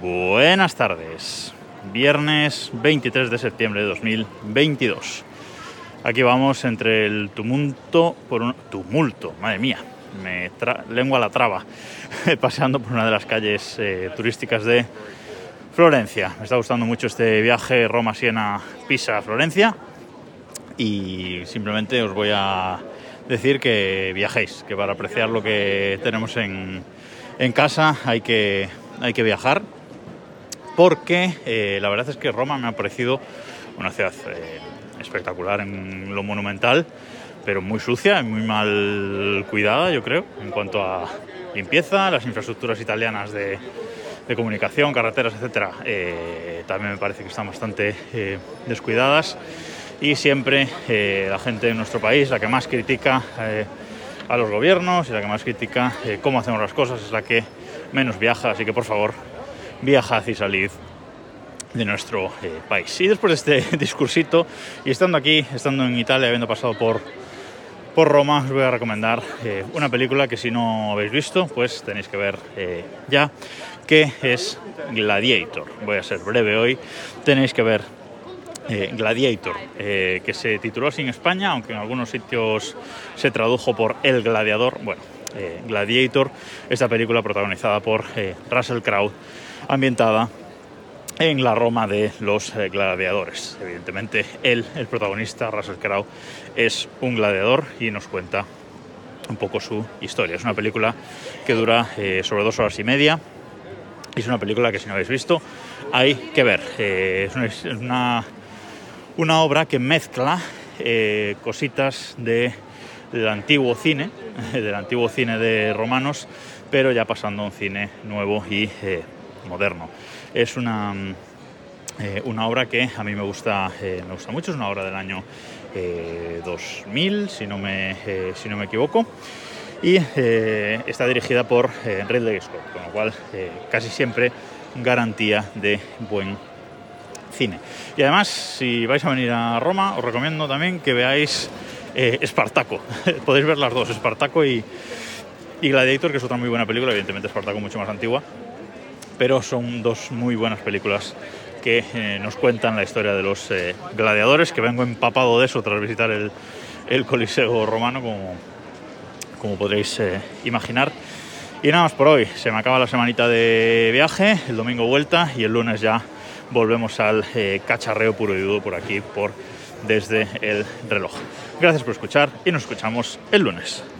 Buenas tardes, viernes 23 de septiembre de 2022. Aquí vamos entre el tumulto, madre mía, lengua a la traba, paseando por una de las calles turísticas de Florencia. Me está gustando mucho este viaje Roma-Siena-Pisa-Florencia y simplemente os voy a decir que viajéis, que para apreciar lo que tenemos en casa hay que viajar, porque la verdad es que Roma me ha parecido una ciudad espectacular en lo monumental, pero muy sucia y muy mal cuidada, yo creo, en cuanto a limpieza. Las infraestructuras italianas de comunicación, carreteras, etcétera, también me parece que están bastante descuidadas. Y siempre la gente de nuestro país, la que más critica a los gobiernos y la que más critica cómo hacemos las cosas, es la que menos viaja. Así que, por favor, viajad y salid de nuestro país. Y después de este discursito, y estando en Italia, habiendo pasado por Roma, os voy a recomendar una película que, si no habéis visto, pues tenéis que ver ya, que es Gladiator. Voy a ser breve hoy. Tenéis que ver Gladiator, que se tituló así en España, aunque en algunos sitios se tradujo por El Gladiador. Bueno, Gladiator, esta película protagonizada por Russell Crowe, ambientada en la Roma de los gladiadores. Evidentemente, el protagonista, Russell Crowe, es un gladiador y nos cuenta un poco su historia. Es una película que dura sobre 2 horas y media. Y es una película que, si no habéis visto, hay que ver. Es una obra que mezcla cositas del antiguo cine de romanos, pero ya pasando a un cine nuevo y moderno. Es una obra que a mí me gusta mucho. Es una obra del año 2000, si no me equivoco, y está dirigida por Ridley Scott, con lo cual casi siempre garantía de buen cine. Y además, si vais a venir a Roma, os recomiendo también que veáis Espartaco. Podéis ver las dos, Espartaco y Gladiator, que es otra muy buena película. Evidentemente, Espartaco mucho más antigua, pero son dos muy buenas películas que nos cuentan la historia de los gladiadores, que vengo empapado de eso tras visitar el Coliseo romano, como podréis imaginar. Y nada más por hoy. Se me acaba la semanita de viaje, el domingo vuelta, y el lunes ya volvemos al cacharreo puro y duro por aquí, desde el reloj. Gracias por escuchar y nos escuchamos el lunes.